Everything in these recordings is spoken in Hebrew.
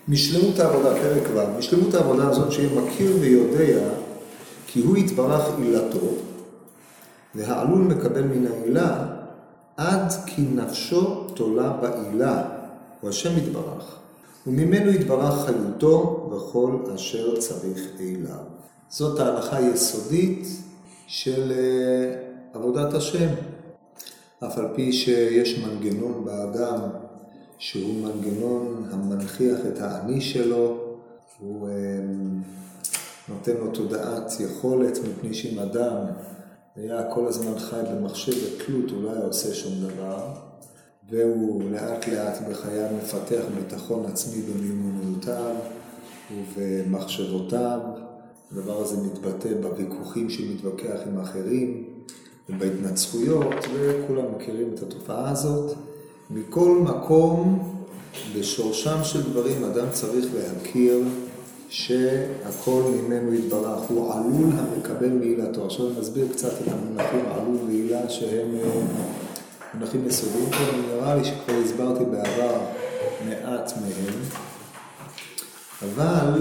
משלמות העבודה, פרק ו', משלמות העבודה הזאת שיהיה מכיר ויודע כי הוא יתברך עילתו, והעלול מקבל מן העילה עד כי נפשו תולה בעילה, הוא השם יתברך, וממנו יתברך חיותו וכל אשר צריך אליו. זאת ההלכה היסודית של עבודת השם. אף על פי שיש מנגנון באדם שהוא מנגנון המנכיח את האני שלו, הוא נותן לו תודעת יכולת, מפני שאם אדם היה כל הזמן חי במחשב ותלות, הוא לא היה עושה שום דבר, והוא לאט לאט בחייו מפתח ביטחון עצמי במיומנויותיו ובמחשבותיו. הדבר הזה מתבטא בוויכוחים שמתווכח עם אחרים ובהתנצחויות, וכולם מכירים את התופעה הזאת. מכל מקום, בשורשם של דברים, אדם צריך להכיר שהכל ממנו יתברך, הוא עלול המקבל מעילתו. עכשיו נסביר קצת את המונחים עלול ועילה שהם מונחים יסודיים. נראה לי שכבר הסברתי בעבר מעט מהם, אבל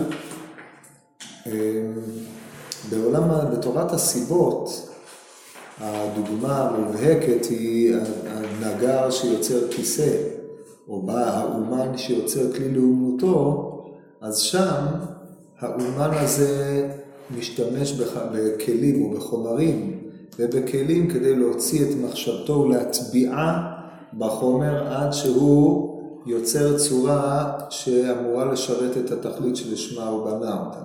בתורת הסיבות, הדוגמה המובהקת היא הנגר שיוצר כיסא, או האומן שיוצר כלי לאומנותו. אז שם האומן הזה משתמש בכלים או בחומרים, ובכלים כדי להוציא את מחשבתו ולהטביעה בחומר עד שהוא יוצר צורה שאמורה לשרת את התכלית שלשמה הוא בנה אותה.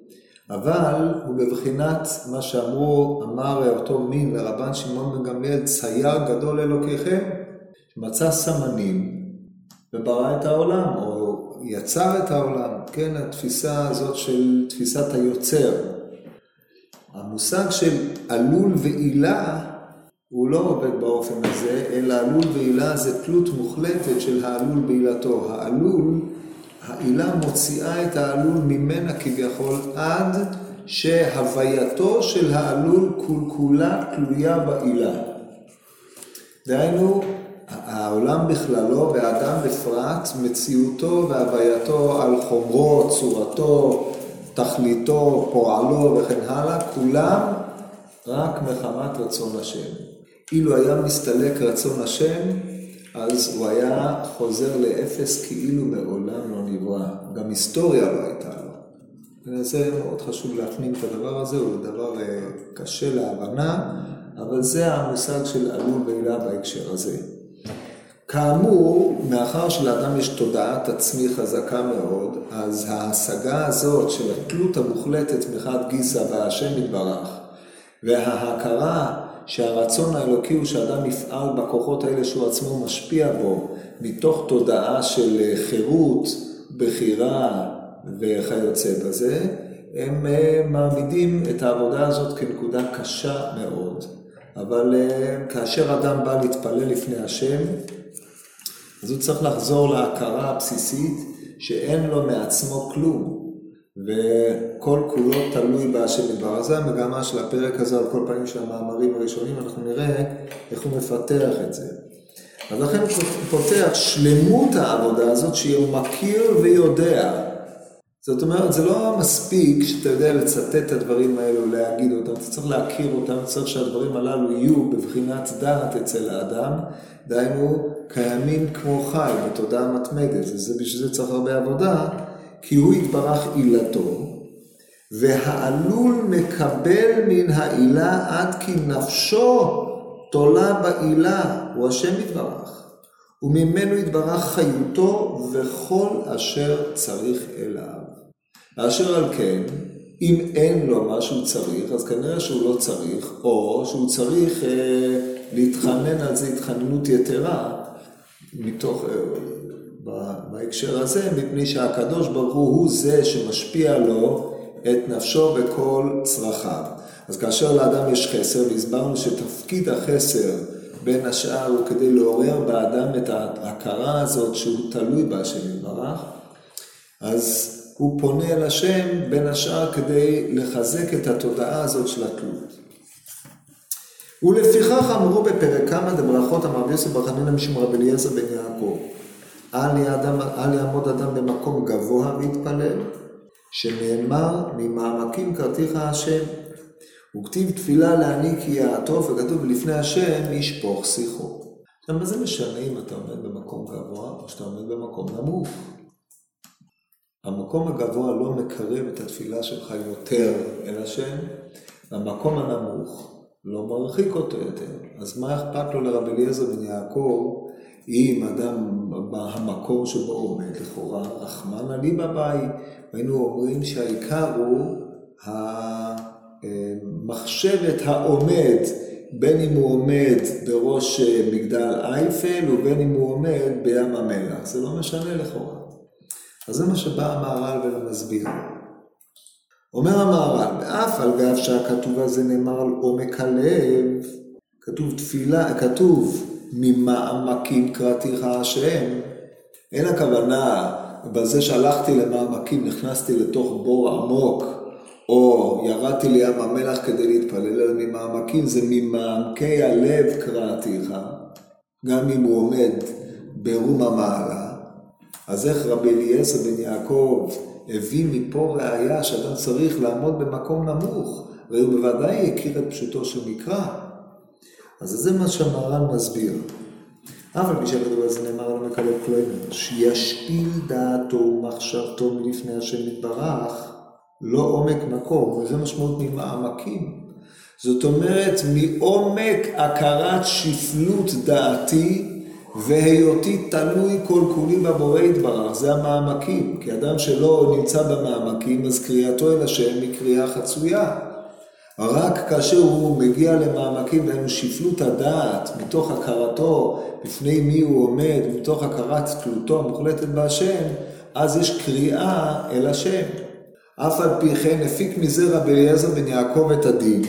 אבל הוא בבחינת מה אמר אותו מין לרבן שמעון בן גמליאל, צייר גדול אלוקיכם, מצא סמנים וברא את העולם, או יצר את העולם. כן, התפיסה הזאת של תפיסת היוצר. המושג של עלול ועילה הוא לא עובד באופן הזה, אלא עלול ועילה זה תלות מוחלטת של העלול בעילתו. העילה מוציאה את העלול ממנה כביכול עד שהווייתו של העלול כולה תלויה בעילה. דהיינו, העולם בכללו והאדם בפרט, מציאותו והווייתו על חומרו, צורתו, תכליתו, פועלו וכן הלאה, כולם רק מחמת רצון השם. אילו היה מסתלק רצון השם, אז הוא היה חוזר לאפס כאילו מעולם לא נברא. גם היסטוריה לא הייתה לו. זה מאוד חשוב להפנים את הדבר הזה, הוא דבר קשה להבנה, אבל זה המושג של עלול ועילה בהקשר הזה. כאמור, מאחר שלאדם יש תודעת עצמי חזקה מאוד, אז ההשגה הזאת של התלות המוחלטת מחד גיסא והשם יתברך, וההכרה שהרצון האלוקי הוא שאדם יפעל בכוחות האלה שהוא עצמו משפיע בו, מתוך תודעה של חירות, בחירה וכיוצא בזה, הם מעמידים את העבודה הזאת כנקודה קשה מאוד. אבל כאשר אדם בא להתפלל לפני השם, אז הוא צריך לחזור להכרה הבסיסית שאין לו מעצמו כלום, וכל כולו תלוי בהשם יתברך. זה המגמה של הפרק הזה, על כל פנים של המאמרים הראשונים, אנחנו נראה איך הוא מפתח את זה. אז לכן הוא פותח שלמות העבודה הזאת שהוא מכיר ויודע. זאת אומרת, זה לא מספיק שאתה יודע לצטט את הדברים האלו, להגיד אותם, אתה צריך להכיר אותם, צריך שהדברים הללו יהיו בבחינת דעת אצל האדם, דהיינו קיימים כמו חי, בתודעה מתמדת. בשביל זה צריך הרבה עבודה, כי הוא יתברך עילתו, והעלול מקבל מן העילה עד כי נפשו תולה בעילה, הוא השם יתברך, וממנו יתברך חיותו וכל אשר צריך אליו. אשר על כן, אם אין לו מה שהוא צריך, אז כנראה שהוא לא צריך, או שהוא צריך להתחנן על זה התחננות יתרה, מתוך בהקשר הזה, מפני שהקדוש ברוך הוא זה שמשפיע לו את נפשו בכל צרכיו. אז כאשר לאדם יש חסר, והסברנו שתפקיד החסר בין השאר הוא כדי לעורר באדם את ההכרה הזאת שהוא תלוי בהשם יתברך, אז הוא פונה אל השם בין השאר כדי לחזק את התודעה הזאת של התלות. ולפיכך אמרו בפרק כמה דברכות אמר רבי יוסף בר חנינא משום רבי אליעזר בן יעקב, אל יעמוד אדם במקום גבוה ויתפלל, שנאמר ממעמקים קראתיך השם. וכתיב תפילה להעניק יעטוף, וכתוב לפני השם ישפוך שיחו. עכשיו, מה זה משנה אם אתה עומד במקום גבוה או שאתה עומד במקום נמוך? המקום הגבוה לא מקרב את התפילה שלך יותר אל השם, והמקום הנמוך לא מרחיק אותו יותר. אז מה אכפת לו לרבי אליעזר בן יעקב, אם אדם המקום שבו עומד לכאורה רחמן עלי בבית, והיינו אומרים שהעיקר הוא המחשבת העומד, בין אם הוא עומד בראש מגדל אייפל ובין אם הוא עומד בים המלח, זה לא משנה לכאורה. אז זה מה שבא המהר"ל ולמסביר. אומר המהר"ל, באף על גב שהכתוב הזה נאמר על עומק הלב, כתוב תפילה, כתוב ממעמקים קראתיך השם, אין הכוונה בזה שהלכתי למעמקים, נכנסתי לתוך בור עמוק, או ירדתי לים המלח כדי להתפלל, אלא ממעמקים זה ממעמקי הלב קראתיך, גם אם הוא עומד ברום המעלה. אז איך רבי אליעזר בן יעקב הביא מפה ראיה שאדם צריך לעמוד במקום נמוך, והוא בוודאי הכיר את פשוטו של מקרא. אז זה מה שהמהר"ל מסביר. אבל בשביל הדבר הזה נאמר על עומק הלב כלומר, שישפיל דעתו ומחשבתו מלפני השם יתברך, לא עומק מקום, וזה משמעות ממעמקים. זאת אומרת, מעומק הכרת שפלות דעתי, והיותי תלוי כל כולי בבורא יתברך, זה המעמקים. כי אדם שלא נמצא במעמקים, אז קריאתו אל השם היא קריאה חצויה. רק כאשר הוא מגיע למעמקים, והיינו שפלות הדעת, מתוך הכרתו, בפני מי הוא עומד, מתוך הכרת תלותו המוחלטת בהשם, אז יש קריאה אל השם. אף על פי כן הפיק מזה רבי אליעזר בן יעקב את הדין,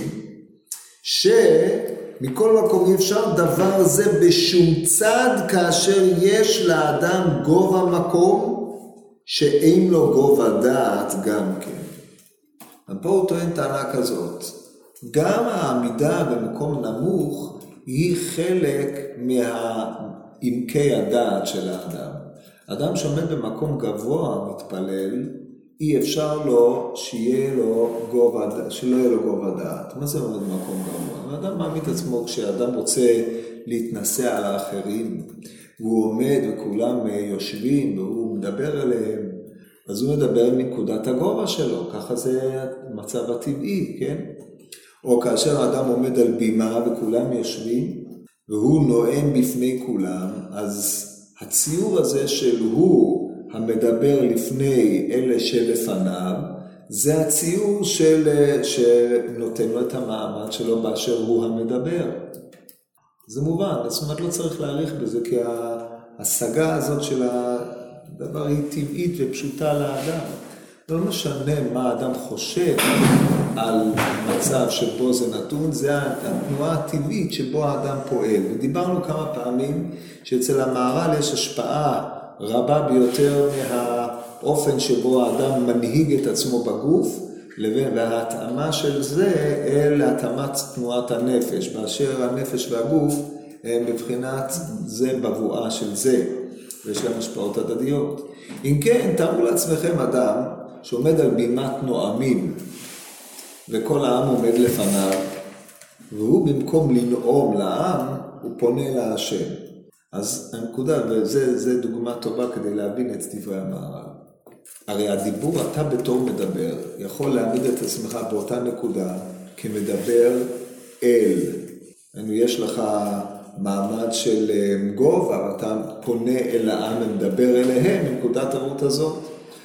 שמכל מקום אי אפשר דבר זה בשום צד, כאשר יש לאדם גובה מקום, שאין לו גובה דעת גם כן. ופה הוא טוען טענה כזאת, גם העמידה במקום נמוך היא חלק מעמקי הדעת של האדם. אדם שעומד במקום גבוה מתפלל, אי אפשר לו שיהיה לו גובה, שלא יהיה לו גובה דעת. מה זה עומד במקום גבוה? האדם מעמיד עצמו כשאדם רוצה להתנסה על האחרים, והוא עומד וכולם יושבים והוא מדבר אליהם, אז הוא מדבר מנקודת הגובה שלו, ככה זה המצב הטבעי, כן? או כאשר האדם עומד על בימה וכולם יושבים, והוא נואם בפני כולם, אז הציור הזה של הוא המדבר לפני אלה שלפניו, זה הציור שנותן לו את המעמד שלו באשר הוא המדבר. זה מובן, זאת אומרת לא צריך להאריך בזה, כי ההשגה הזאת של הדבר היא טבעית ופשוטה לאדם. לא משנה מה האדם חושב על מצב שבו זה נתון, זה התנועה הטבעית שבו האדם פועל. ודיברנו כמה פעמים שאצל המהר"ל יש השפעה רבה ביותר מהאופן שבו האדם מנהיג את עצמו בגוף, וההתאמה של זה אל התאמת תנועת הנפש, באשר הנפש והגוף הם בבחינת זה בבואה של זה, ויש להם השפעות הדדיות. אם כן, תארו לעצמכם אדם שעומד על בימת נואמים, וכל העם עומד לפניו, והוא במקום לנאום לעם, הוא פונה להשם. אז הנקודה, וזה דוגמה טובה כדי להבין את דברי המהר"ל. הרי הדיבור, אתה בתור מדבר, יכול להעמיד את עצמך באותה נקודה, כמדבר אל. יש לך מעמד של גובה, אתה פונה אל העם ומדבר אליהם, מנקודת הראות הזאת.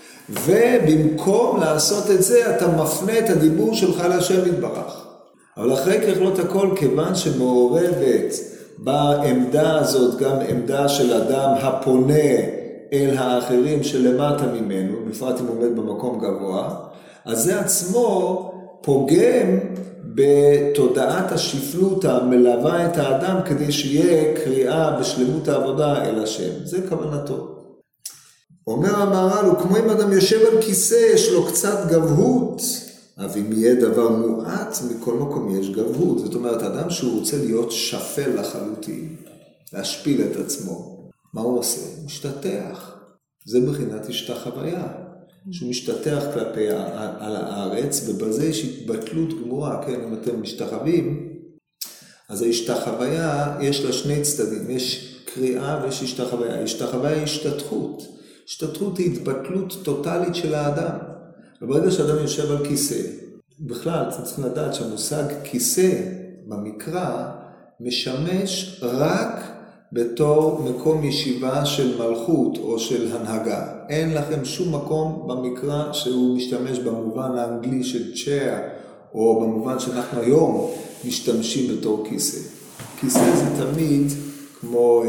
ובמקום לעשות את זה, אתה מפנה את הדיבור שלך להשם יתברך. אבל אחרי כך לא תכל, כיוון שמעורבת בעמדה הזאת גם עמדה של אדם הפונה אל האחרים שלמטה ממנו, בפרט אם עומד במקום גבוה, אז זה עצמו פוגם בתודעת השפלות המלווה את האדם, כדי שיהיה קריאה בשלמות העבודה אל השם. זה כוונתו. אומר המהר"ל, הוא כמו אם אדם יושב על כיסא, יש לו קצת גבהות, אבל אם יהיה דבר מועט, מכל מקום יש גבהות. זאת אומרת, אדם שהוא רוצה להיות שפל לחלוטין, להשפיל את עצמו, מה הוא עושה? הוא משתטח. זה בחינת השתחוויה. שהוא משתטח כלפי על הארץ, ובזה יש התבטלות גמורה, כן? אם אתם משתחווים, אז ההשתחוויה יש לה שני צדדים, יש קריאה ויש השתחוויה. השתחוויה היא השתתחות. השתתחות היא התבטלות טוטלית של האדם. וברגע שאדם יושב על כיסא, בכלל אתם צריכים לדעת שהמושג כיסא במקרא משמש רק בתור מקום ישיבה של מלכות או של הנהגה. אין לכם שום מקום במקרא שהוא משתמש במובן האנגלי של chair, או במובן שאנחנו היום משתמשים בתור כיסא. כיסא זה תמיד כמו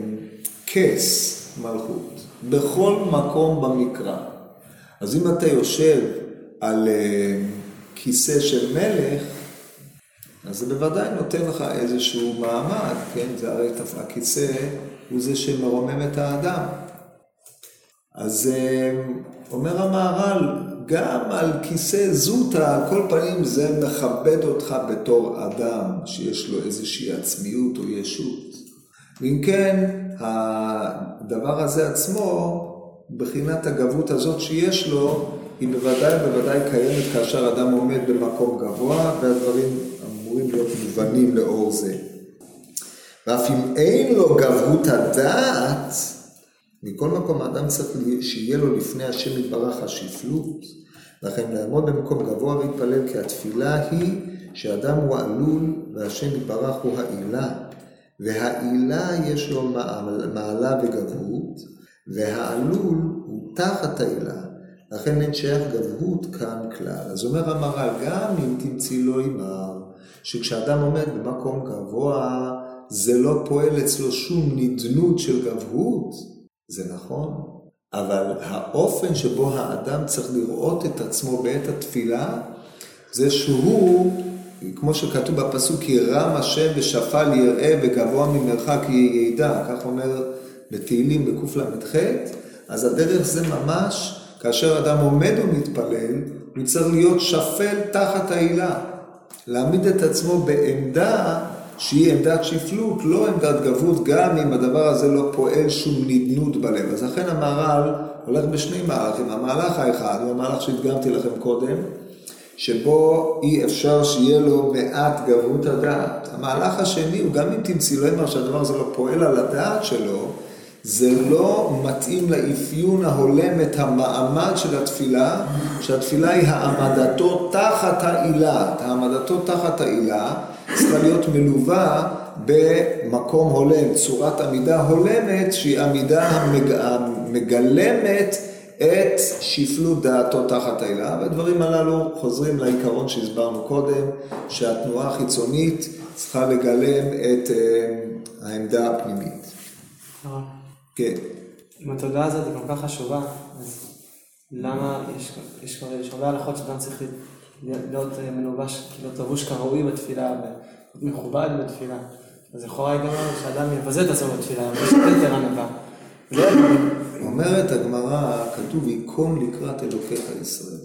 כס מלכות, בכל מקום במקרא. אז אם אתה יושב על כיסא של מלך, אז זה בוודאי נותן לך איזשהו מעמד, כן? זה הרי הכיסא הוא זה שמרומם את האדם. אז אומר המהר"ל, גם על כיסא זוטה, על כל פנים זה מכבד אותך בתור אדם, שיש לו איזושהי עצמיות או ישות. ואם כן, הדבר הזה עצמו, בחינת הגבות הזאת שיש לו, היא בוודאי קיימת כאשר אדם עומד במקום גבוה, והדברים אמורים להיות מובנים לאור זה. ואף אם אין לו גבהות הדעת, מכל מקום האדם צריך שיהיה לו לפני השם יתברך השפלות, לכן לעמוד במקום גבוה והתפלל, כי התפילה היא שאדם הוא עלול והשם יתברך הוא העילה, והעילה יש לו מעלה וגבהות, והעלול הוא תחת העילה, לכן אין שייך גבהות כאן כלל. אז אומר המהר"ל, גם אם תמציא לו אמר, שכשאדם עומד במקום גבוה, זה לא פועל אצלו שום נדנות של גבהות, זה נכון, אבל האופן שבו האדם צריך לראות את עצמו בעת התפילה, זה שהוא, כמו שכתוב בפסוק, ירם השם ושפל יראה וגבוה ממרחק ידע, כך אומר בתהילים בקל"ח, אז הדרך זה ממש, כאשר אדם עומד ומתפלל, הוא צריך להיות שפל תחת העילה, להעמיד את עצמו בעמדה שהיא עמדת שפלות, לא עמדת גבהות, גם אם הדבר הזה לא פועל שום נדנות בלב. אז לכן המהר"ל הולך בשני מהלכים. המהלך האחד הוא המהלך שהדגמתי לכם קודם, שבו אי אפשר שיהיה לו מעט גבהות הדעת. המהלך השני הוא גם אם תמציא לו אמר שהדבר הזה לא פועל על הדעת שלו, זה לא מתאים לאפיון ההולם את המעמד של התפילה, שהתפילה היא העמדתו תחת העילה. העמדתו תחת העילה צריכה להיות מלווה במקום הולם, צורת עמידה הולמת, שהיא עמידה המגלמת את שפלות דעתו תחת העילה. והדברים הללו חוזרים לעיקרון שהסברנו קודם, שהתנועה החיצונית צריכה לגלם את העמדה הפנימית. כן. אם התודעה הזאת היא כל כך חשובה, אז למה יש הרבה הלכות שאדם צריך להיות מלובש, להיות לבוש כראוי בתפילה, מכובד בתפילה. אז יכולה גם שאדם יבזה את עצמו בתפילה, ויש יותר ענווה. אומרת הגמרא, כתוב, יקום לקראת אלוקיך ישראל.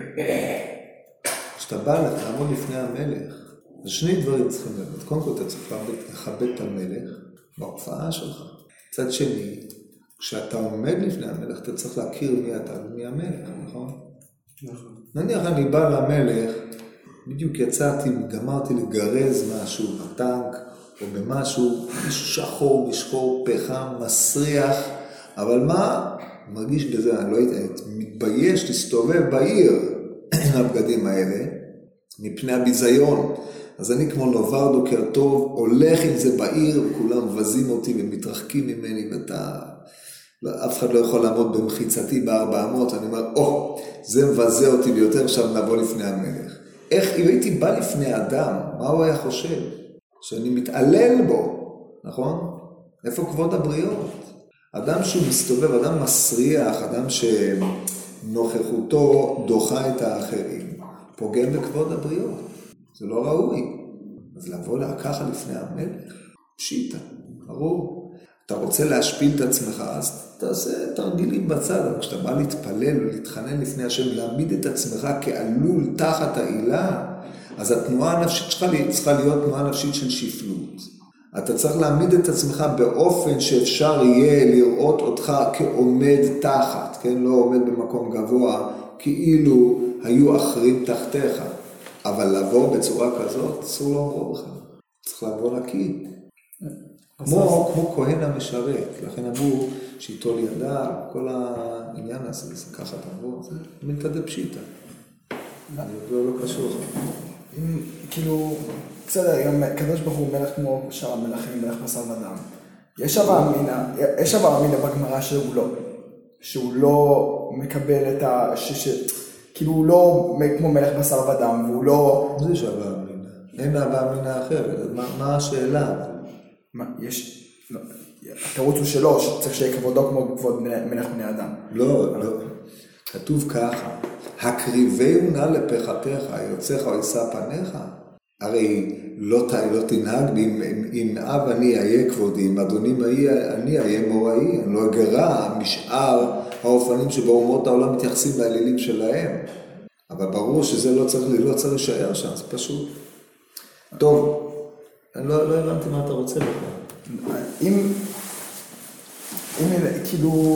כשאתה בא לעמוד לפני המלך, אז שני דברים צריכים לדעת. קודם כל אתה צריך לכבד את המלך בהופעה שלך. צד שני, כשאתה עומד לפני המלך, אתה צריך להכיר מי אתה ומי המלך, נכון? נכון. נניח אני בא למלך, בדיוק יצאתי, גמרתי לגרז משהו בטנק, או במשהו שחור, משחור, פחם, מסריח, אבל מה? מרגיש בזה, אני לא יודע, מתבייש להסתובב בעיר עם הבגדים האלה, מפני הביזיון. אז אני כמו נובר דוקר טוב, הולך עם זה בעיר, וכולם מבזים אותי ומתרחקים ממני, אף אחד לא יכול לעמוד במחיצתי ב400, אני אומר, זה מבזה אותי ביותר, עכשיו נבוא לפני המלך. איך, אם הייתי בא לפני אדם, מה הוא היה חושב? שאני מתעלל בו, נכון? איפה כבוד הבריות? אדם שהוא מסתובב, אדם מסריח, אדם שנוכחותו דוחה את האחרים, פוגם בכבוד הבריות. זה לא ראוי. אז לבוא ככה לפני המלך, פשיטה, ברור. אתה רוצה להשפיל את עצמך, אז תעשה תרגילים בצד, אבל כשאתה בא להתפלל ולהתחנן לפני השם, להעמיד את עצמך כעלול תחת העילה, אז התנועה הנפשית שלך צריכה להיות תנועה נפשית של שפלות. אתה צריך להעמיד את עצמך באופן שאפשר יהיה לראות אותך כעומד תחת, כן? לא עומד במקום גבוה, כאילו היו אחרים תחתיך. אבל לבוא בצורה כזאת, אסור לבוא בכלל. צריך לבוא נקי. כמו כהן המשרת. לכן אמרו שיטול ידיו, כל העניין הזה, זה ככה תבוא, זה מתקדם פשיטה. זה לא קשור. כאילו, בסדר, גם קדוש ברוך הוא מלך כמו שאר המלכים, מלך בשר ודם. יש אבל אמינה בגמרא שהוא לא מקבל את כאילו הוא לא כמו מלך בשר ודם, והוא לא... זה שווה אמינה. אין אהבה אמינה אחרת. מה השאלה? יש... התירוץ הוא שלו, שצריך שיהיה כבודו כמו כבוד מלך בני אדם. לא. כתוב ככה, הקריבהו נא לפחתך, יוצאך או יישא פניך. הרי לא תנהג אם אב אני אהיה כבודי, אם אדונים אני אהיה מוראי, אני לא אגרע משאר האופנים שבאומות העולם מתייחסים לאלילים שלהם. אבל ברור שזה לא צריך להישאר שם, זה פשוט. טוב, אני לא הבנתי מה אתה רוצה בכלל. אם כאילו...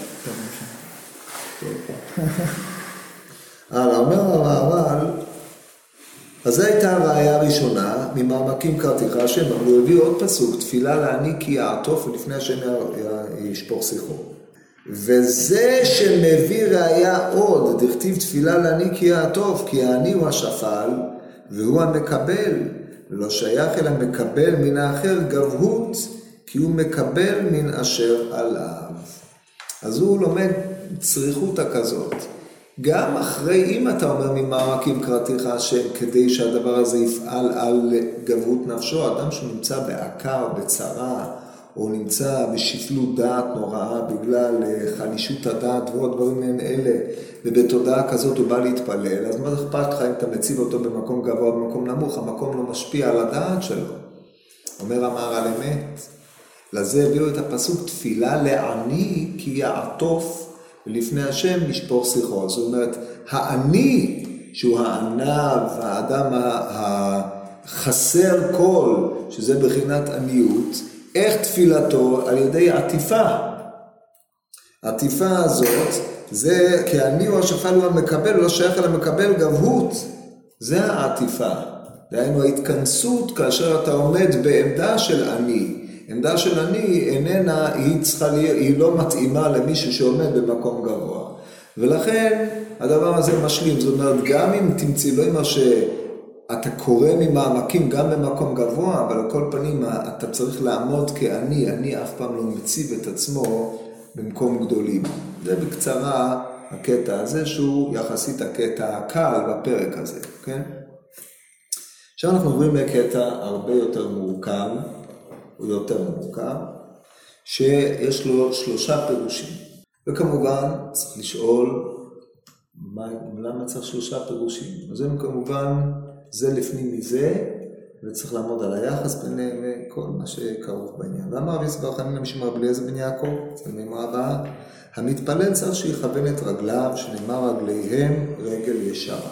אומר המהר"ל, אז זו הייתה הראיה הראשונה, ממעמקים קראתיך השם, אבל הוא הביא עוד פסוק, תפילה לעני כי יעטוף ולפני השם ישפוך שיחו. וזה שמביא ראיה עוד, דכתיב תפילה לעני כי יעטוף, כי העני הוא השפל, והוא המקבל, ולא שייך אלא מקבל מן האחר גבהות, כי הוא מקבל מן אשר עליו. אז הוא לומד צריכות כזאת. גם אחרי, אם אתה אומר ממעמקים קראתיך השם, כדי שהדבר הזה יפעל על גבהות נפשו, אדם שנמצא בעקר, בצרה, או נמצא בשפלות דעת נוראה בגלל חלישות הדעת ועוד דברים מעין אלה, ובתודעה כזאת הוא בא להתפלל, אז מה אכפת לך אם אתה מציב אותו במקום גבוה או במקום נמוך, המקום לא משפיע על הדעת שלו. אומר המהר"ל אמת, לזה הביאו את הפסוק תפילה לעני כי יעטוף ולפני השם ישפוך שיחו. זאת אומרת, העני שהוא הענב, האדם החסר כל, שזה בחינת עניות, איך תפילתו? על ידי עטיפה. העטיפה הזאת, זה כי העני הוא השפל הוא המקבל, לא שייך אלא מקבל גבהות. זה העטיפה. דהיינו ההתכנסות כאשר אתה עומד בעמדה של עני. עמדה של עני איננה, היא לא מתאימה למישהו שעומד במקום גבוה. ולכן הדבר הזה משלים. זאת אומרת, גם אם תמציא, לא אומר שאתה קורא ממעמקים גם במקום גבוה, אבל על כל פנים אתה צריך לעמוד כעני. עני אף פעם לא מציב את עצמו במקום גדולים. זה בקצרה הקטע הזה שהוא יחסית הקטע הקל בפרק הזה. כן? עכשיו אנחנו עוברים לקטע הרבה יותר מורכב. הוא יותר מורכב, שיש לו 3 פירושים. וכמובן צריך לשאול למה צריך 3 פירושים. אז זה כמובן, זה לפנים מזה, וצריך לעמוד על היחס ביניהם וכל מה שקרוב בעניין. למה רבי יצחק חנינא משום רבי אליעזר בן יעקב? זה נאמר הבאה, המתפלל צריך שיכוון את רגליו, שנאמר רגליהם רגל ישרה.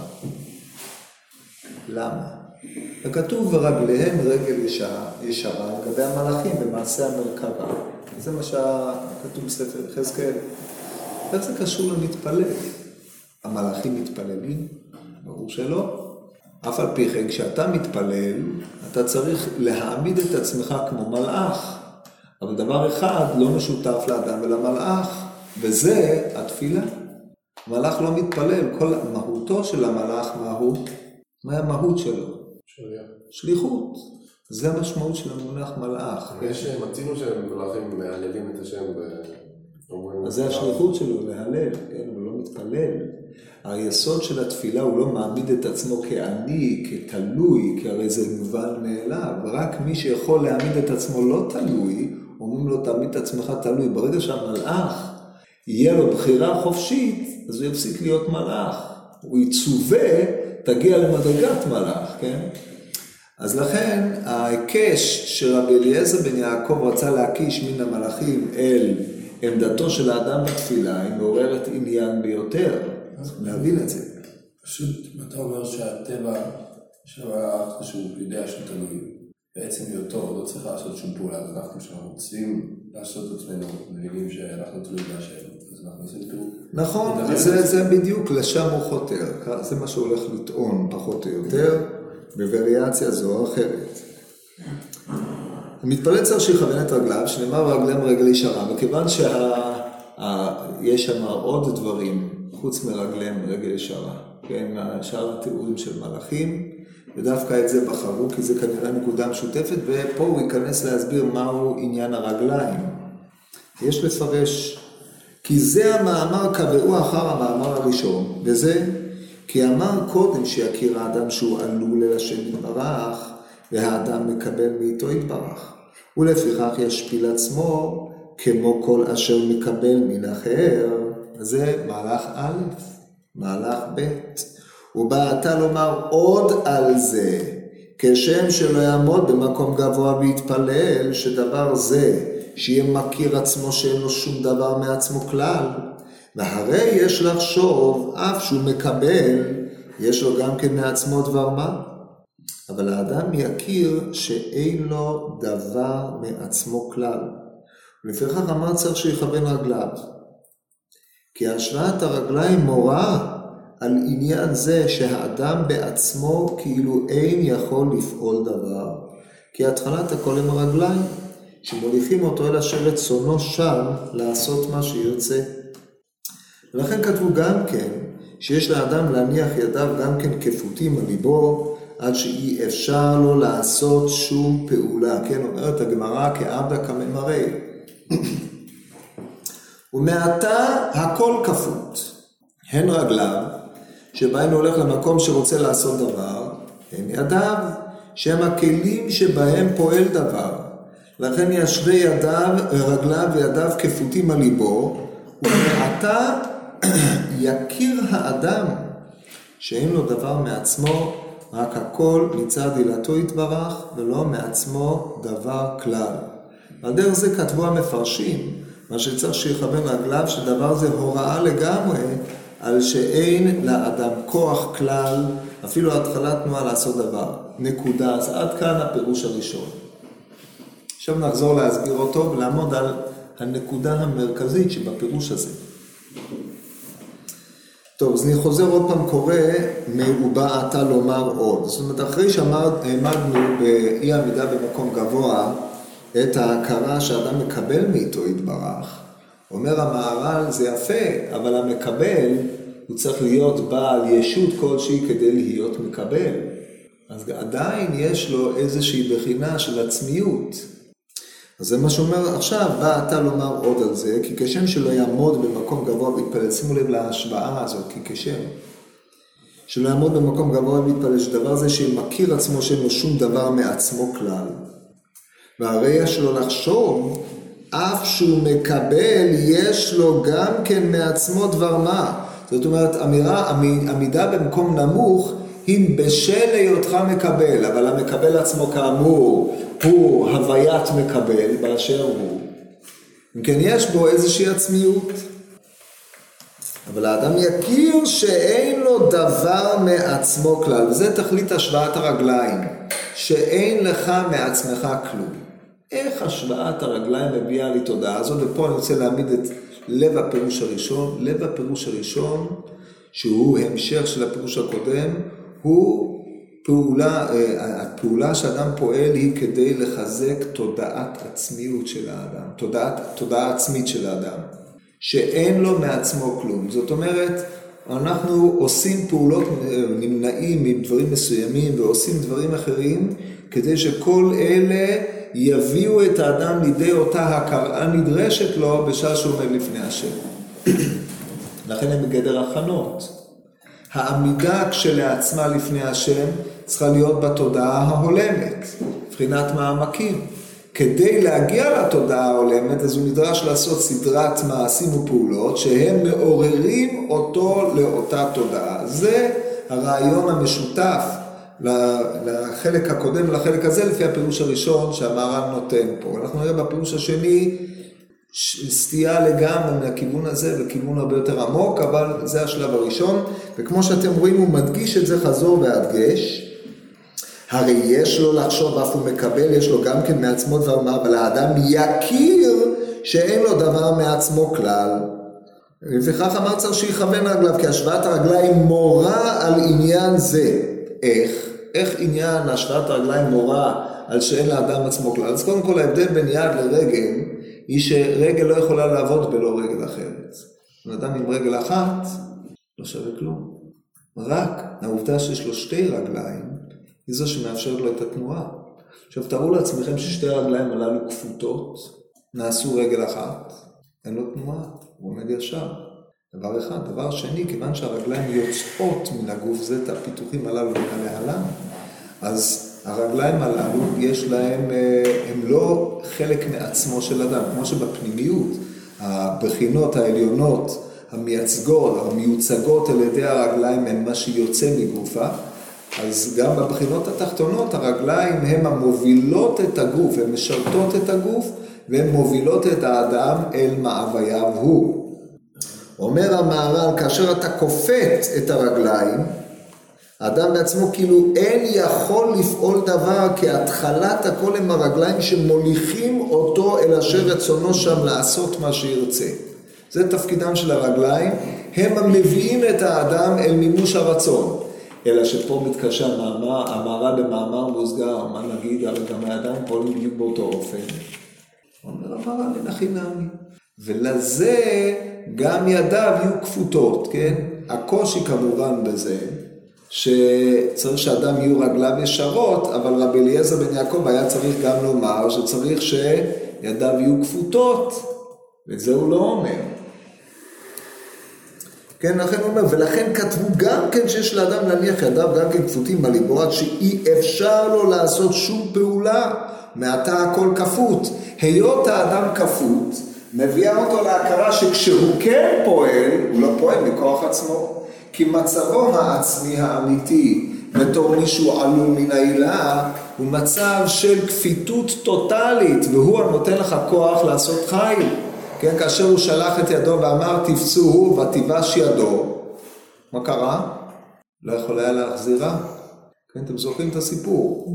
למה? וכתוב ורגליהם רגל ישרה לגבי המלאכים במעשה המרכבה. זה מה שכתוב בספר יחזקאל. איך זה קשור למתפלל? המלאכים מתפללים? ברור שלא. אף על פי כן, כשאתה מתפלל, אתה צריך להעמיד את עצמך כמו מלאך. אבל דבר אחד לא משותף לאדם ולמלאך, וזה התפילה. המלאך לא מתפלל. כל מהותו של המלאך מהו? מה המהות שלו? שליחות. זה המשמעות של המונח מלאך. מצינו שהם מלאכים מהללים את השם אז זה השליחות שלו, להלל, כן? הוא לא מתפלל. היסוד של התפילה הוא לא מעמיד את עצמו כעני, כתלוי, כי הרי זה מובן מאליו. רק מי שיכול להעמיד את עצמו לא תלוי, אומרים לו תעמיד את עצמך תלוי. ברגע שהמלאך יהיה לו בחירה חופשית, אז הוא יפסיק להיות מלאך. הוא יצווה, תגיע למדרגת מלאך, כן? אז לכן ההיקש שרבי אליעזר בן יעקב רצה להקיש מן המלאכים אל עמדתו של האדם בתפילה, היא מעוררת עניין ביותר. להבין את זה. פשוט, אתה אומר שהטבע של המלאך שהוא יודע שהוא תלוי. בעצם היותו, לא צריך לעשות שום פעולה, אז אנחנו שאנחנו רוצים לעשות את עצמנו, מבינים שאנחנו תלויים בהשם, אז אנחנו עושים פעולה. נכון, זה בדיוק, לשם הוא חותר, זה מה שהולך לטעון פחות או יותר, בווריאציה זו או אחרת. המתפלל צריך שיכוון את רגליו, שנאמר רגליהם רגל ישרה, וכיוון שיש שם עוד דברים, חוץ מרגליהם רגל ישרה, כן, שאר התיאורים של מלאכים, ודווקא את זה בחרו, כי זה כנראה נקודה משותפת, ופה הוא ייכנס להסביר מהו עניין הרגליים. יש לפרש, כי זה המאמר קבעו אחר המאמר הראשון, וזה כי אמר קודם שיכיר האדם שהוא עלול אל השם יתברך, והאדם מקבל מאיתו יתברך. ולפיכך ישפיל עצמו כמו כל אשר מקבל מן אחר. זה מהלך א', מהלך ב'. ובא אתה לומר עוד על זה, כשם שלא יעמוד במקום גבוה ויתפלל, שדבר זה, שיהיה מכיר עצמו שאין לו שום דבר מעצמו כלל. והרי יש לחשוב, אף שהוא מקבל, יש לו גם כן מעצמו דבר מה. אבל האדם יכיר שאין לו דבר מעצמו כלל. ולפיכך אמר צריך שיכוון רגליו. כי השוואת הרגליים מורה על עניין זה שהאדם בעצמו כאילו אין יכול לפעול דבר. כי התחלת הכל עם הרגליים, שמוליכים אותו אל אשר רצונו שם לעשות מה שירצה. ולכן כתבו גם כן, שיש לאדם להניח ידיו גם כן כפותים על ליבו, עד שאי אפשר לו לעשות שום פעולה. כן, אומרת הגמרא כעבדה כממרי. ומעתה הכל כפות. הן רגליו, שבהן הולך למקום שרוצה לעשות דבר, הן ידיו, שהם הכלים שבהם פועל דבר. לכן ישווה ידיו, רגליו וידיו כפותים על ליבו, ומעתה יכיר האדם שאין לו דבר מעצמו, רק הכל מצד עילתו יתברך, ולא מעצמו דבר כלל. על דרך זה כתבו המפרשים, מה שצריך שיכוון רגליו, שדבר זה הוראה לגמרי, על שאין לאדם כוח כלל, אפילו התחלת תנועה לעשות דבר. נקודה. אז עד כאן הפירוש הראשון. עכשיו נחזור להסביר אותו ולעמוד על הנקודה המרכזית שבפירוש הזה. טוב, אז אני חוזר עוד פעם קורא, ובא אתה לומר עוד. זאת אומרת, אחרי שהעמדנו באי עמידה במקום גבוה, את ההכרה שאדם מקבל מאיתו יתברך, אומר המהר"ל, זה יפה, אבל המקבל הוא צריך להיות בעל ישות כלשהי כדי להיות מקבל. אז עדיין יש לו איזושהי בחינה של עצמיות. אז זה מה שאומר עכשיו, בא אתה לומר עוד על זה, כי כשם שלא יעמוד במקום גבוה ויתפלל, שימו לב להשוואה הזאת, כי כשם שלא יעמוד במקום גבוה ויתפלל, שדבר זה שמכיר עצמו שאין לו שום דבר מעצמו כלל. והרי יש לו לחשוב, אף שהוא מקבל, יש לו גם כן מעצמו דבר מה. זאת אומרת, עמידה במקום נמוך, היא בשל היותך מקבל, אבל המקבל עצמו כאמור, הוא הוויית מקבל באשר הוא. אם כן, יש בו איזושהי עצמיות. אבל האדם יכיר שאין לו דבר מעצמו כלל, וזה תכלית השוואת הרגליים, שאין לך מעצמך כלום. איך השוואת הרגליים מביאה לי תודעה הזאת? ופה אני רוצה להעמיד את לב הפירוש הראשון. לב הפירוש הראשון, שהוא המשך של הפירוש הקודם, הוא הפעולה שאדם פועל היא כדי לחזק תודעת עצמיות של האדם, תודעה עצמית של האדם, שאין לו מעצמו כלום. זאת אומרת, אנחנו עושים פעולות, נמנעים מדברים מסוימים ועושים דברים אחרים, כדי שכל אלה יביאו את האדם לידי אותה הכרה נדרשת לו בשעה שהוא עומד לפני השם. לכן הם בגדר הכנות. העמידה כשלעצמה לפני השם צריכה להיות בתודעה ההולמת, מבחינת מעמקים. כדי להגיע לתודעה ההולמת, אז הוא נדרש לעשות סדרת מעשים ופעולות שהם מעוררים אותו לאותה תודעה. זה הרעיון המשותף לחלק הקודם ולחלק הזה, לפי הפירוש הראשון שהמהר"ל נותן פה. אנחנו נראה בפירוש השני סטייה לגמרי מהכיוון הזה וכיוון הרבה יותר עמוק, אבל זה השלב הראשון, וכמו שאתם רואים הוא מדגיש את זה חזור והדגש. הרי יש לו לחשוב, אף הוא מקבל, יש לו גם כן מעצמו דבר מה, אבל האדם יכיר שאין לו דבר מעצמו כלל. וכך אמר צריך שיכוון רגליו, כי השוואת הרגליים מורה על עניין זה. איך עניין השוואת הרגליים מורה על שאין לאדם עצמו כלל? אז קודם כל ההבדל בין יד לרגל, היא שרגל לא יכולה לעבוד בלא רגל אחרת. אדם עם רגל אחת לא שווה כלום. רק העובדה שיש לו שתי רגליים, היא זו שמאפשרת לו את התנועה. עכשיו תראו לעצמכם ששתי הרגליים הללו כפותות, נעשו רגל אחת, אין לו תנועה, הוא עומד ישר. דבר אחד. דבר שני, כיוון שהרגליים יוצאות מן הגוף, זה את הפיתוחים הללו להלן, אז הרגליים הללו יש להם, הם לא חלק מעצמו של אדם, כמו שבפנימיות, הבחינות העליונות, המייצגות, המיוצגות על ידי הרגליים הם מה שיוצא מגופה, אז גם בבחינות התחתונות הרגליים הם המובילות את הגוף, הן משרתות את הגוף, והן מובילות את האדם אל מאווייו הוא. אומר המהר"ל, כאשר אתה כופת את הרגליים, האדם בעצמו כאילו אין יכול לפעול דבר, כי התחלת הכל הם הרגליים שמוליכים אותו אל אשר רצונו שם לעשות מה שירצה. זה תפקידם של הרגליים, הם המביאים את האדם אל מימוש הרצון. אלא שפה מתקשה המהר"ל במאמר מוסגר, מה נגיד, אבל גם הידיים פועלים בדיוק באותו אופן. אומר המהר"ל, אין הכי נעמי. ולזה גם ידיו יהיו כפותות, כן? הקושי כמובן בזה, שצריך שאדם יהיו רגליו ישרות, אבל רבי אליעזר בן יעקב היה צריך גם לומר שצריך שידיו יהיו כפותות, ואת זה הוא לא אומר. כן, לכן הוא אומר, ולכן כתבו גם כן שיש לאדם להניח ידיו גם כן כפותים על ליבו, עד שאי אפשר לו לעשות שום פעולה, מעתה הכל כפות. היות האדם כפות, מביאה אותו להכרה שכשהוא כן פועל, הוא לא פועל מכוח עצמו, כי מצבו העצמי האמיתי, בתור מישהו עלול מן העילה, הוא מצב של כפיתות טוטלית, והוא הנותן לך כוח לעשות חיל. כן, כאשר הוא שלח את ידו ואמר תפצוהו ותיבש ידו, מה קרה? לא יכול היה להחזירה. כן, אתם זוכרים את הסיפור.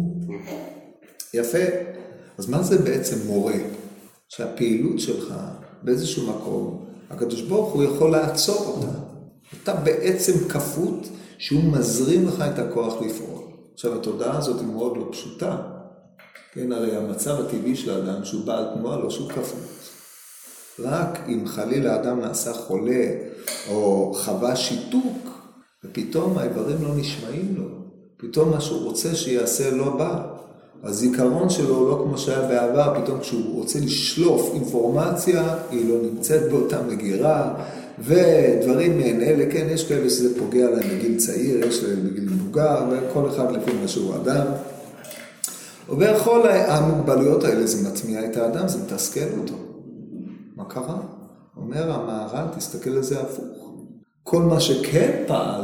יפה. אז מה זה בעצם מורה? שהפעילות שלך באיזשהו מקום, הקדוש ברוך הוא יכול לעצור אותה. אתה בעצם כפות שהוא מזרים לך את הכוח לפעול. עכשיו התודעה הזאת היא מאוד לא פשוטה. כן, הרי המצב הטבעי של האדם שהוא בעל תנועה לא שהוא כפות. רק אם חלילה האדם נעשה חולה או חווה שיתוק, ופתאום האיברים לא נשמעים לו, פתאום מה שהוא רוצה שיעשה לא בא. הזיכרון שלו לא כמו שהיה בעבר, פתאום כשהוא רוצה לשלוף אינפורמציה, היא לא נמצאת באותה מגירה, ודברים מעין אלה, כן, יש כאלה שזה פוגע להם בגיל צעיר, יש להם בגיל מבוגר, וכל אחד לפי מה שהוא אדם. ובכל המוגבלויות האלה זה מטמיע את האדם, זה מתסכל אותו. מה קרה? אומר המהר"ל, תסתכל על זה הפוך. כל מה שכן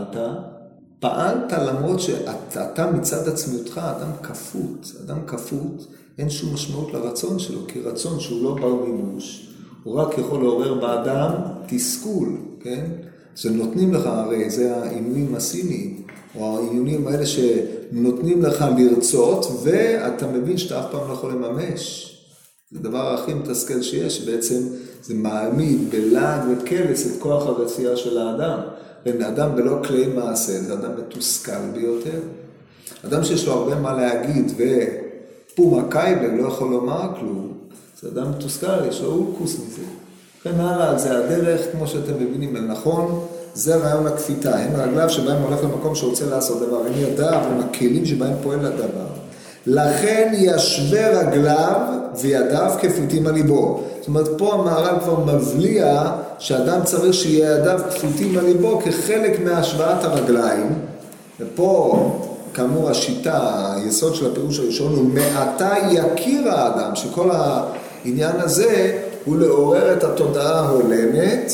פעלת למרות שאתה מצד עצמיותך, אדם כפות. אדם כפות, אין שום משמעות לרצון שלו, כי רצון שהוא לא בר מימוש, הוא רק יכול לעורר באדם תסכול, כן? שנותנים לך, הרי זה העינויים הסיניים, או העינויים האלה שנותנים לך לרצות, ואתה מבין שאתה אף פעם לא יכול לממש. זה הדבר הכי מתסכל שיש, בעצם זה מעמיד בלעג וקלס את כוח הרצייה של האדם. אדם בלא כלי מעשה, זה אדם מתוסכל ביותר. אדם שיש לו הרבה מה להגיד ופומה קייבל לא יכול לומר כלום, זה אדם מתוסכל, יש לו אולקוס מזה. כן הלאה, זה הדרך, כמו שאתם מבינים, נכון, זה רעיון הכפיתה. אין רגליו שבהם הולך למקום שרוצה לעשות דבר, אין ידיו, הם הכלים שבהם פועל לדבר. לכן ישווה רגליו וידיו כפותים על ליבו. זאת אומרת, פה המהר"ל כבר מבליע שאדם צריך שיהיה ידיו כפותים על ליבו כחלק מהשוואת הרגליים. ופה, כאמור, השיטה, היסוד של הפירוש הראשון הוא מעתה יכיר האדם, שכל העניין הזה הוא לעורר את התודעה ההולמת,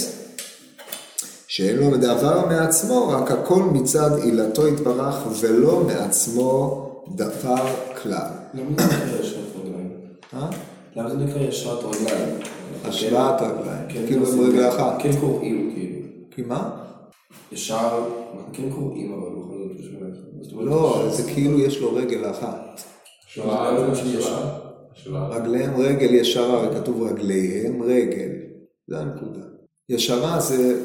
שאין לו דבר מעצמו, רק הכל מצד עילתו יתברך ולא מעצמו דבר כלל. למה זה נקרא ישרת רגליים? למה זה נקרא ישרת רגליים? השוואת רגליים, כאילו ברגל אחת. כן קוראים, כאילו. כי מה? ישר, אנחנו כן קוראים, אבל בכל זאת יש באמת. לא, זה כאילו יש לו רגל אחת. רגליהם רגל ישרה, וכתוב רגליהם רגל. זה הנקודה. ישרה זה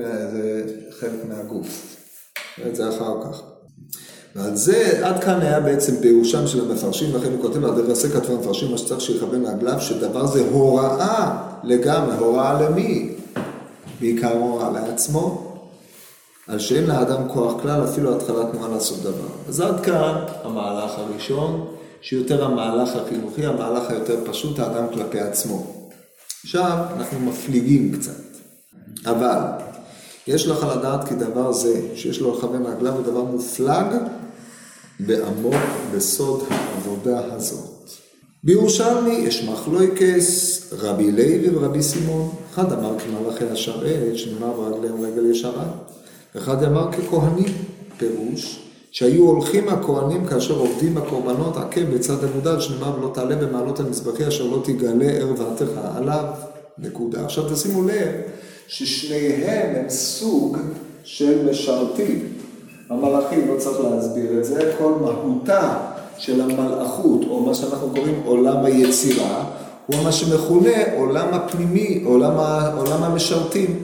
חלק מהגוף. זה אחר כך. ועל זה, עד כאן היה בעצם פירושם של המפרשים, לכן הוא כותב, על דרסי כתבי המפרשים, מה שצריך שיכוון לעגליו, שדבר זה הוראה לגמרי, הוראה למי? בעיקר הוראה לעצמו, על שאין לאדם כוח כלל, אפילו התחלת תנועה לעשות דבר. אז עד כאן המהלך הראשון, שיותר המהלך החינוכי, המהלך היותר פשוט, האדם כלפי עצמו. עכשיו אנחנו מפליגים קצת, אבל יש לך לדעת כי דבר זה, שיש לו לכוון לעגליו, הוא דבר מופלג בעמוק בסוד העבודה הזאת. בירושלמי יש מחלוקס רבי לוי ורבי סימון. אחד אמר כמלאכי השרת, שנאמר ברגליהם רגל ישרה. אחד אמר ככהנים, פירוש, שהיו הולכים הכהנים כאשר עובדים הקורבנות עקב בצד המודל, שנאמר לא תעלה במעלות המזבחי אשר לא תגלה ערוותך עליו. נקודה. עכשיו תשימו לב ששניהם הם סוג של משרתים. המלאכים, לא צריך להסביר את זה, כל מהותה של המלאכות, או מה שאנחנו קוראים עולם היצירה, הוא מה שמכונה עולם הפנימי, עולם המשרתים.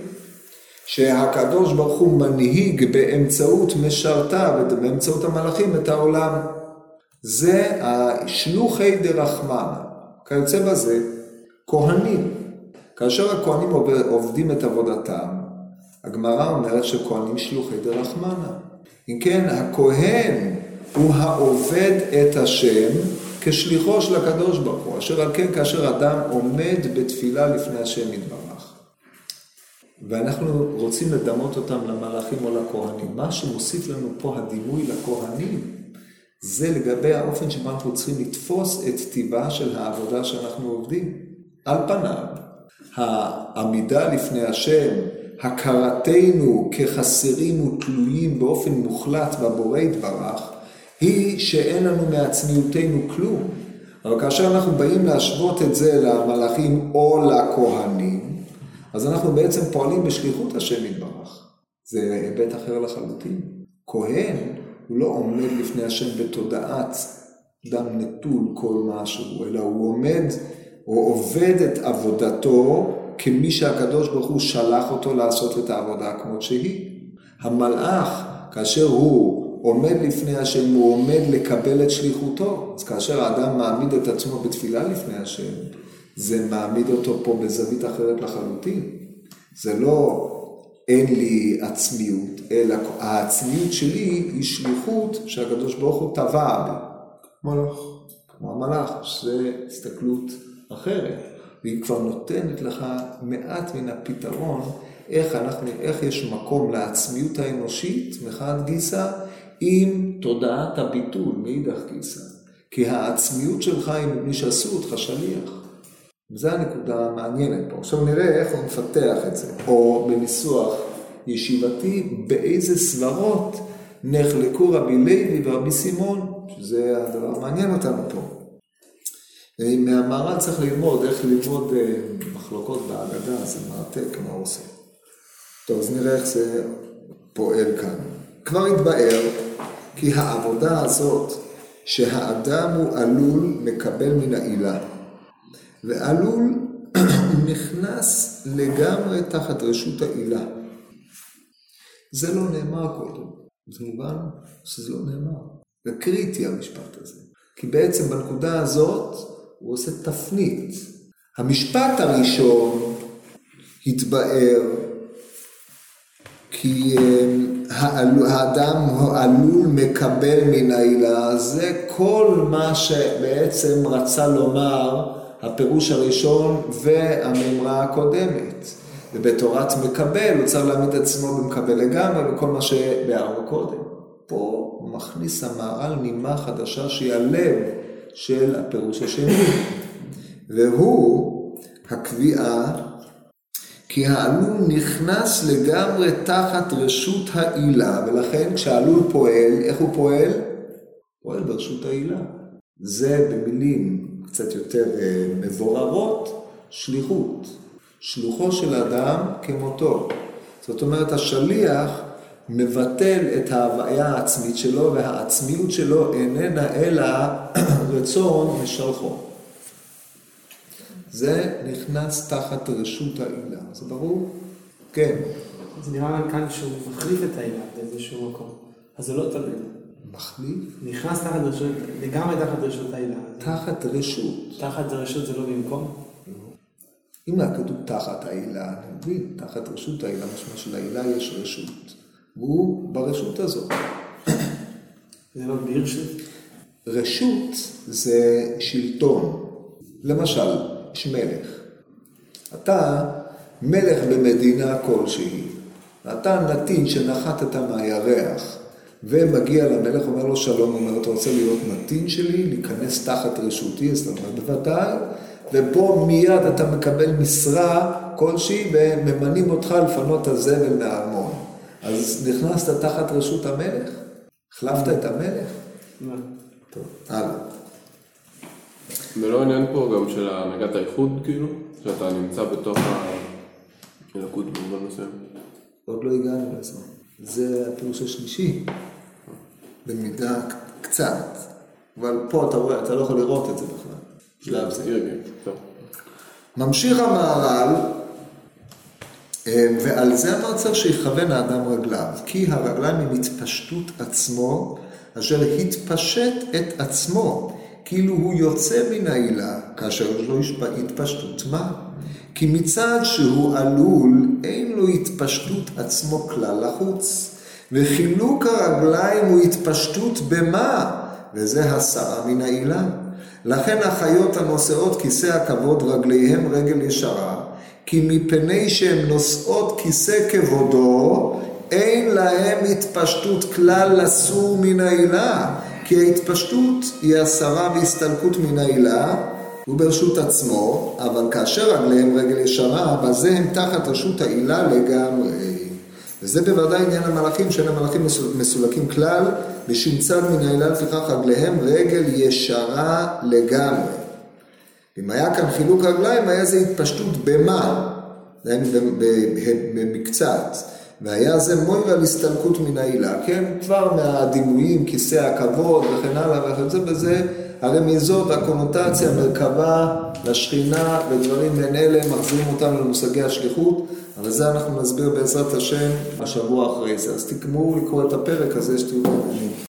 שהקדוש ברוך הוא מנהיג באמצעות משרתיו, באמצעות המלאכים את העולם. זה השלוחי דרחמנה. כיוצא בזה, כהנים. כאשר הכהנים עובדים את עבודתם, הגמרא אומרת שכהנים שלוחי דרחמנה. אם כן, הכהן הוא העובד את השם כשליחו של הקדוש ברוך הוא, אשר על כן כאשר אדם עומד בתפילה לפני השם יתברך. ואנחנו רוצים לדמות אותם למלאכים או לכהנים. מה שמוסיף לנו פה הדימוי לכהנים, זה לגבי האופן שבו אנחנו צריכים לתפוס את טבעה של העבודה שאנחנו עובדים. על פניו, העמידה לפני השם, הכרתנו כחסרים ותלויים באופן מוחלט בבורא יתברך, היא שאין לנו מעצמיותנו כלום. אבל כאשר אנחנו באים להשוות את זה למלאכים או לכהנים, אז אנחנו בעצם פועלים בשליחות השם יתברך. זה היבט אחר לחלוטין. כהן הוא לא עומד לפני השם בתודעת דם נטול כל משהו, אלא הוא עומד או עובד את עבודתו כמי שהקדוש ברוך הוא שלח אותו לעשות את העבודה כמו שהיא. המלאך, כאשר הוא עומד לפני השם, הוא עומד לקבל את שליחותו. אז כאשר האדם מעמיד את עצמו בתפילה לפני השם, זה מעמיד אותו פה בזווית אחרת לחלוטין. זה לא אין לי עצמיות, אלא העצמיות שלי היא שליחות שהקדוש ברוך הוא טבע בי. מלאך. כמו המלאך, שזה הסתכלות אחרת. והיא כבר נותנת לך מעט מן הפתרון, איך יש מקום לעצמיות האנושית, מחד גיסא, עם תודעת הביטול, מאידך גיסא. כי העצמיות שלך היא מפני שעשו אותך שליח. וזו הנקודה המעניינת פה. עכשיו נראה איך הוא מפתח את זה. או בניסוח ישיבתי, באיזה סברות נחלקו רבי לוי ורבי סימון, שזה הדבר המעניין אותנו פה. מהמהר"ל צריך ללמוד, איך ללמוד מחלוקות בהגדה, זה מעתק, מה הוא עושה. טוב, אז נראה איך זה פועל כאן. כבר התבאר כי העבודה הזאת שהאדם הוא עלול לקבל מן העילה, ועלול נכנס לגמרי תחת רשות העילה. זה לא נאמר קודם. זה מובן שזה לא נאמר. זה קריטי המשפט הזה. כי בעצם בנקודה הזאת הוא עושה תפנית. המשפט הראשון התבאר כי האדם עלול מקבל מן העילה. זה כל מה שבעצם רצה לומר הפירוש הראשון והמאמרה הקודמת. ובתורת מקבל הוא צריך להעמיד עצמו במקבל לגמרי וכל מה שבארנו קודם. פה הוא מכניס המהר"ל נימה חדשה שהיא הלב של הפירוש השני. והוא הקביעה כי העלול נכנס לגמרי תחת רשות העילה, ולכן כשהעלול פועל, איך הוא פועל? פועל ברשות העילה. זה במילים קצת יותר מבוררות, שליחות. שלוחו של אדם כמותו. זאת אומרת, השליח מבטל את ההוויה העצמית שלו, והעצמיות שלו איננה אלא רצון משלחו. זה נכנס תחת רשות העילה. זה ברור? כן. זה נראה גם כאן שהוא מחליף את העילה באיזשהו מקום. אז זה לא תלוי. מחליף? נכנס תחת רשות, לגמרי תחת רשות העילה. תחת רשות. תחת רשות זה לא במקום? אם הכתוב תחת העילה, אני מבין, תחת רשות העילה, משמע שלעילה יש רשות. והוא ברשות הזאת. זה לא ברשות? רשות זה שלטון. למשל, יש מלך. אתה מלך במדינה כלשהי. אתה נתין שנחתת מהירח, ומגיע למלך, אומר לו שלום, אומר, אתה רוצה להיות נתין שלי, להיכנס תחת רשותי, אז אתה אומר, בוודאי, ופה מיד אתה מקבל משרה כלשהי, וממנים אותך לפנות הזבל מהארמון. אז נכנסת תחת רשות המלך? החלפת את המלך? לא. טוב, הלאה. ולא עניין פה גם של הנהגת האיחוד, כאילו? שאתה נמצא בתוך הלקות במובן מסוים? עוד לא הגענו לזה. זה הפירוש השלישי. במידה קצת. אבל פה אתה רואה, אתה לא יכול לראות את זה בכלל. שלב זה. טוב. ממשיך המהר"ל, ועל זה אמר צריך שיכוון האדם רגליו, כי הרגליים הם התפשטות עצמו, אשר התפשט את עצמו, כאילו הוא יוצא מן העילה, כאשר יש לו התפשטות מה? כי מצד שהוא עלול, אין לו התפשטות עצמו כלל לחוץ, וחילוק הרגליים הוא התפשטות במה? וזה הסרה מן העילה. לכן החיות הנושאות כיסא הכבוד רגליהם רגל ישרה, כי מפני שהן נושאות כיסא כבודו, אין להם התפשטות כלל לסור מן העילה, כי ההתפשטות היא הסרה והסתלקות מן העילה, הוא ברשות עצמו, אבל כאשר רגליהם רגל ישרה, בזה הם תחת רשות העילה לגמרי. וזה בוודאי עניין המלאכים, שאין המלאכים מסולקים כלל, בשום צד מן העילה לפיכך רגליהם רגל ישרה לגמרי. אם היה כאן חילוק רגליים, היה זה התפשטות במה? במקצת. והיה זה מויר על הסתלקות מן העילה, כן? כבר מהדימויים, כיסא הכבוד וכן הלאה וכן זה, וזה הרמיזות, הקונוטציה, מרכבה לשכינה ודברים בין אלה, מחזירים אותם למושגי השליחות, אבל זה אנחנו נסביר בעזרת השם השבוע אחרי זה. אז תגמרו לקרוא את הפרק הזה שתהיו מעניינים.